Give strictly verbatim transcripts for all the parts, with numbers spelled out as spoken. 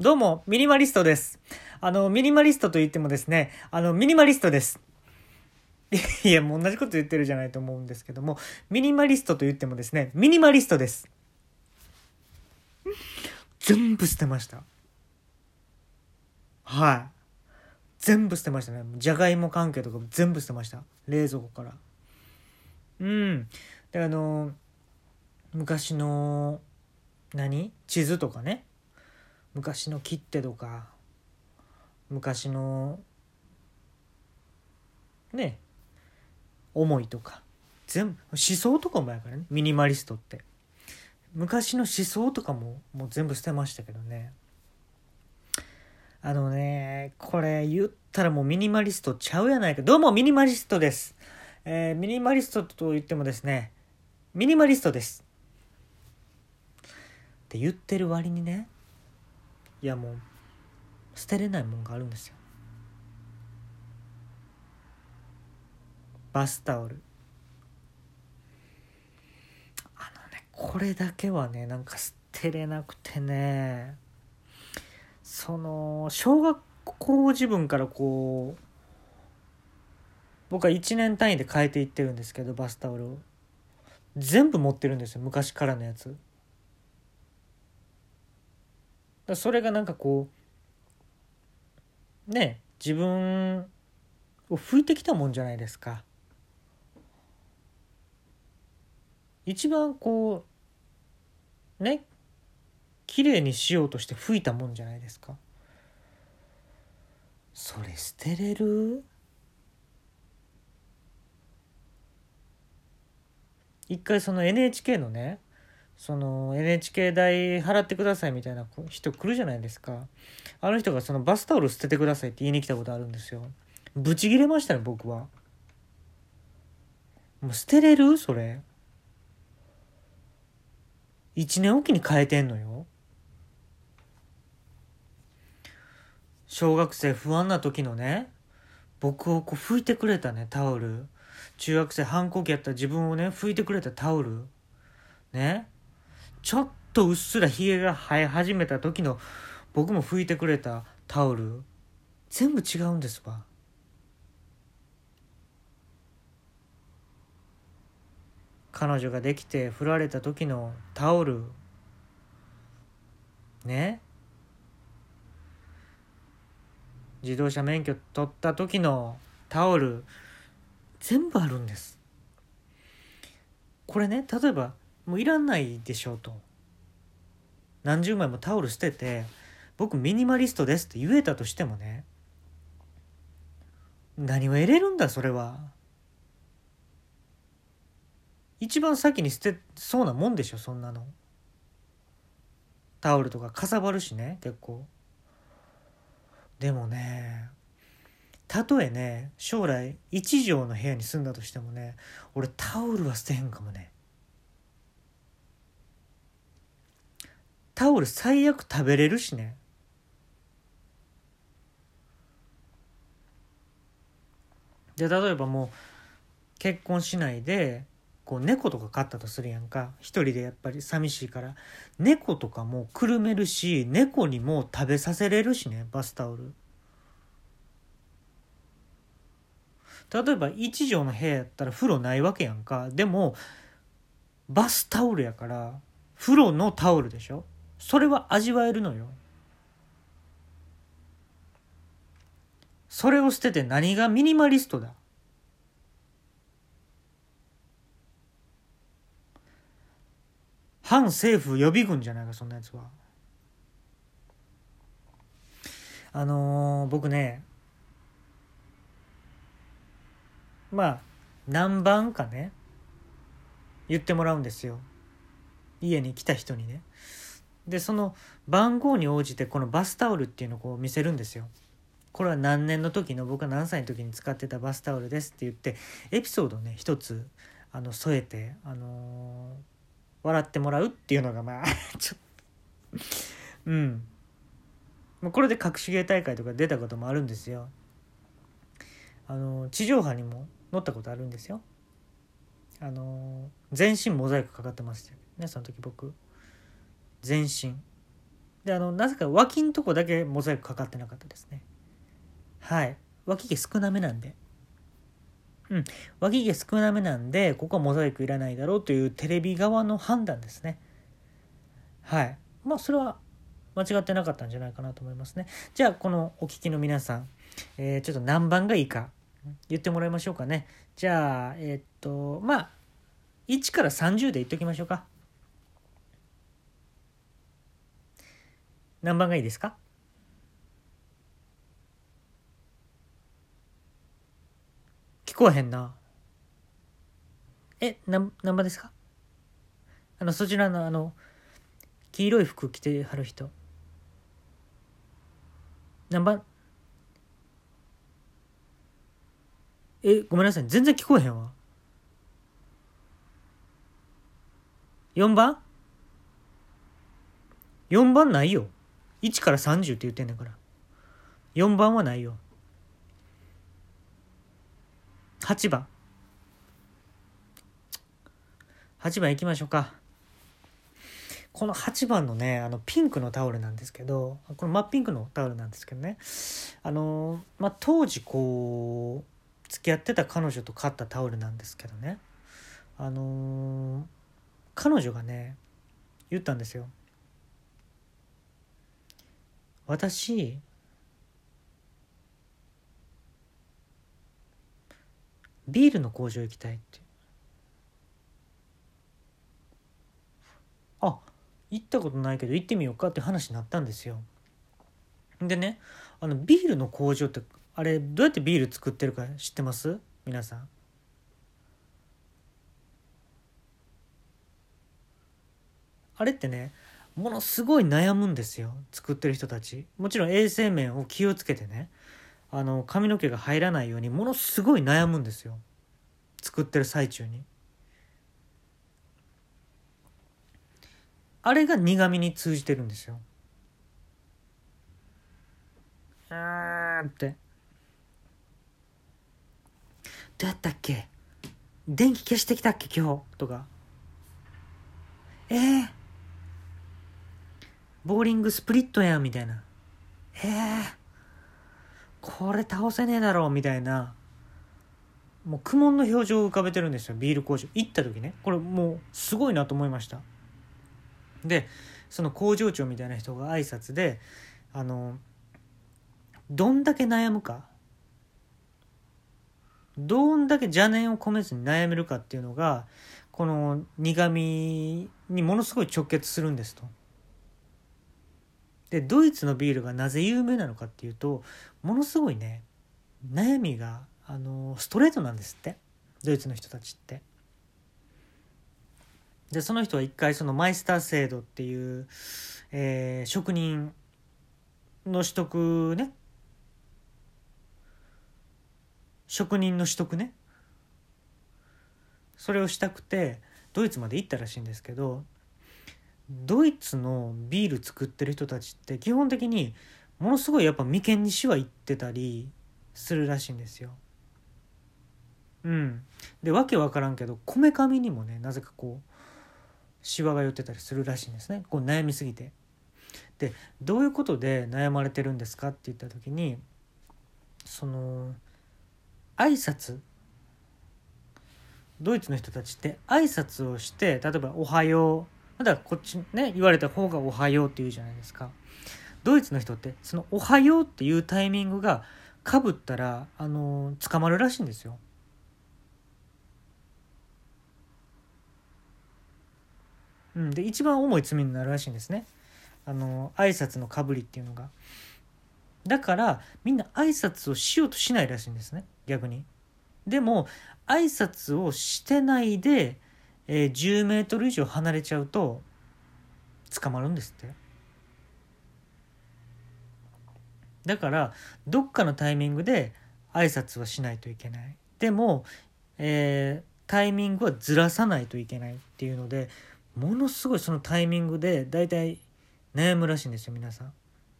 どうも、ミニマリストです。あの、ミニマリストと言ってもですね、あの、ミニマリストです。いや、もう同じこと言ってるじゃないと思うんですけども、ミニマリストと言ってもですね、ミニマリストです。全部捨てました。はい。全部捨てましたね。じゃがいも関係とか全部捨てました。冷蔵庫から。うん。で、あの、昔の、何地図とかね。昔の切手とか、昔の、ね、思いとか全部思想とかもやからね、ミニマリストって昔の思想とかももう全部捨てましたけどね。あのねこれ言ったらもうミニマリストちゃうやないか。どうもミニマリストです、えー、ミニマリストと言ってもですねミニマリストですって言ってる割にね、いやもう捨てれないもんがあるんですよ。バスタオル。あのねこれだけはねなんか捨てれなくてね、その小学校自分からこう僕はいちねん単位で変えていってるんですけど、バスタオルを全部持ってるんですよ、昔からのやつ。だそれがなんかこうね、自分を拭いてきたもんじゃないですか。一番こうね綺麗にしようとして拭いたもんじゃないですか。それ捨てれる？一回その エヌエイチケー のね、その エヌエイチケー 代払ってくださいみたいな人来るじゃないですか。あの人がそのバスタオル捨ててくださいって言いに来たことあるんですよ。ブチギレましたね僕は。もう捨てれる？それ一年おきに変えてんのよ。小学生不安な時のね、僕をこう拭いてくれたねタオル、中学生反抗期やった自分をね拭いてくれたタオルね、ちょっとうっすらひげが生え始めた時の僕も拭いてくれたタオル、全部違うんですわ。彼女ができて振られた時のタオルね、自動車免許取った時のタオル、全部あるんです。これね、例えばもういらないでしょうと、何十枚もタオル捨てて僕ミニマリストですって言えたとしてもね、何を得れるんだそれは。一番先に捨てそうなもんでしょそんなの。タオルとかかさばるしね結構。でもね、たとえね将来一畳の部屋に住んだとしてもね、俺タオルは捨てへんかもね。タオル最悪食べれるしね。で例えばもう結婚しないでこう猫とか飼ったとするやんか。一人でやっぱり寂しいから猫とかもくるめるし、猫にも食べさせれるしねバスタオル。例えば一畳の部屋やったら風呂ないわけやんか。でもバスタオルやから風呂のタオルでしょ。それは味わえるのよ。それを捨てて何がミニマリストだ。反政府予備軍じゃないかそんなやつは。あのー、僕ね、まあ何番かね言ってもらうんですよ、家に来た人にね。でその番号に応じてこのバスタオルっていうのをこう見せるんですよ。これは何年の時の、僕は何歳の時に使ってたバスタオルですって言ってエピソードをね一つあの添えて、あのー、笑ってもらうっていうのがまあちょっとうんこれで隠し芸大会とか出たこともあるんですよ。あのー、地上波にも乗ったことあるんですよ。あのー、全身モザイクかかってましたよねその時僕。全身であのなぜか脇んとこだけモザイクかかってなかったですね。はい、脇毛少なめなんで、うん、脇毛少なめなんでここはモザイクいらないだろうというテレビ側の判断ですね。はい、まあそれは間違ってなかったんじゃないかなと思いますね。じゃあこのお聞きの皆さん、えー、ちょっと何番がいいか言ってもらいましょうかね。じゃあえー、っとまあいちからさんじゅうで言っときましょうか。何番がいいですか？聞こえへんな。え、何何番ですか？あのそちらのあの黄色い服着てはる人何番？え、ごめんなさい、全然聞こえへんわ。よんばん？ よん 番ないよ。いちからさんじゅうって言ってんねんから。よんばんはないよ。はちばん。はちばん行きましょうか。このはちばんのね、あのピンクのタオルなんですけど、この真っピンクのタオルなんですけどね、あのまあ当時こう付き合ってた彼女と買ったタオルなんですけどね、あの彼女がね言ったんですよ。私ビールの工場行きたいって。あ、行ったことないけど行ってみようかって話になったんですよ。でね、あのビールの工場ってあれどうやってビール作ってるか知ってます？皆さん。あれってね、ものすごい悩むんですよ、作ってる人たち。もちろん衛生面を気をつけてね、あの髪の毛が入らないようにものすごい悩むんですよ、作ってる最中に。あれが苦味に通じてるんですよ。うーんって、どうやったっけ、電気消してきたっけ今日とか、えー、ボーリングスプリットやんみたいな、えー、これ倒せねえだろみたいな、もう苦悶の表情を浮かべてるんですよ、ビール工場行った時ね。これもうすごいなと思いました。でその工場長みたいな人が挨拶で、あのどんだけ悩むか、どんだけ邪念を込めずに悩めるかっていうのがこの苦味にものすごい直結するんですと。でドイツのビールがなぜ有名なのかっていうと、ものすごいね悩みがあのストレートなんですって、ドイツの人たちって。でその人は一回そのマイスター制度っていう、えー職人の取得ね、職人の取得ね、それをしたくてドイツまで行ったらしいんですけど、ドイツのビール作ってる人たちって基本的にものすごいやっぱ眉間にしわいってたりするらしいんですよ。うん。でわけわからんけどこめかみにもねなぜかこうしわが寄ってたりするらしいんですね、こう悩みすぎて。でどういうことで悩まれてるんですかって言った時に、その挨拶、ドイツの人たちって挨拶をして、例えばおはよう、まだこっちね言われた方がおはようって言うじゃないですか。ドイツの人ってそのおはようっていうタイミングがかぶったらあの捕まるらしいんですよ。うん、で一番重い罪になるらしいんですね、あの挨拶のかぶりっていうのが。だからみんな挨拶をしようとしないらしいんですね、逆に。でも挨拶をしてないで、えー、じゅうメートル以上離れちゃうと捕まるんですって。だからどっかのタイミングで挨拶はしないといけない。でも、えー、タイミングはずらさないといけないっていうので、ものすごいそのタイミングでだいたい悩むらしいんですよ皆さん。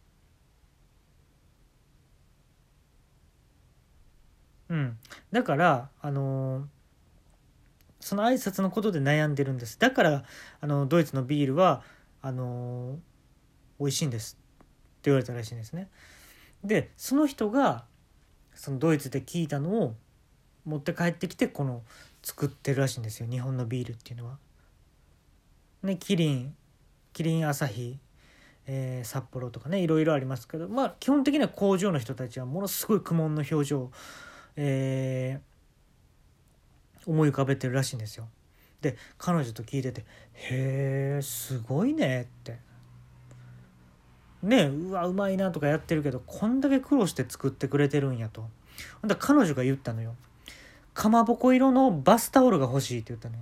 うん、だからあのーその挨拶のことで悩んでるんです。だからあのドイツのビールはあのー美味しいんですって言われたらしいんですね。でその人がそのドイツで聞いたのを持って帰ってきてこの作ってるらしいんですよ、日本のビールっていうのは。ね、キリンキリンアサヒ、えー、札幌とかねいろいろありますけど、まあ基本的には工場の人たちはものすごい苦悶の表情を、えー、思い浮かべてるらしいんですよ。で彼女と聞いててへえすごいねってね、うわうまいなとかやってるけどこんだけ苦労して作ってくれてるんやと。ほんで彼女が言ったのよ、かまぼこ色のバスタオルが欲しいって言ったのよ。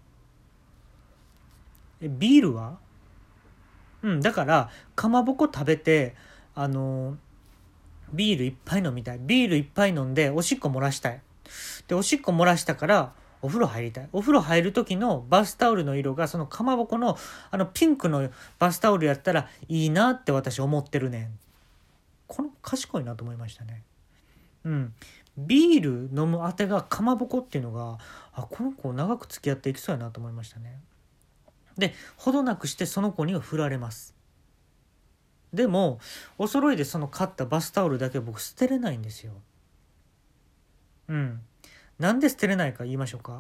えビールはうんだからかまぼこ食べてあのビールいっぱい飲みたい、ビールいっぱい飲んでおしっこ漏らしたい、でおしっこ漏らしたからお風呂入りたい、お風呂入る時のバスタオルの色がそのかまぼこのあのピンクのバスタオルやったらいいなって私思ってるねん。この賢いなと思いましたね。うん、ビール飲むあてがかまぼこっていうのがあこの子長く付き合っていきそうやなと思いましたね。でほどなくしてその子には振られます。でもお揃いでその買ったバスタオルだけ僕捨てれないんですよ。うんなんで捨てれないか言いましょうか。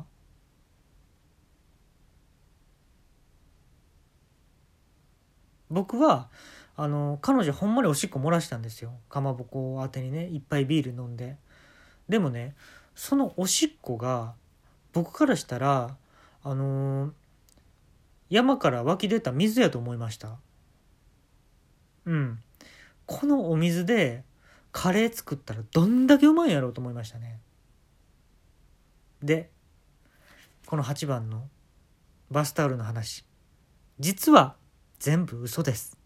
僕はあの彼女ほんまにおしっこ漏らしたんですよ、かまぼこをあてにねいっぱいビール飲んで。でもねそのおしっこが僕からしたらあのー山から湧き出た水やと思いました。うんこのお水でカレー作ったらどんだけうまいんやろうと思いましたね。でこのはちばんのバスタオルの話実は全部嘘です。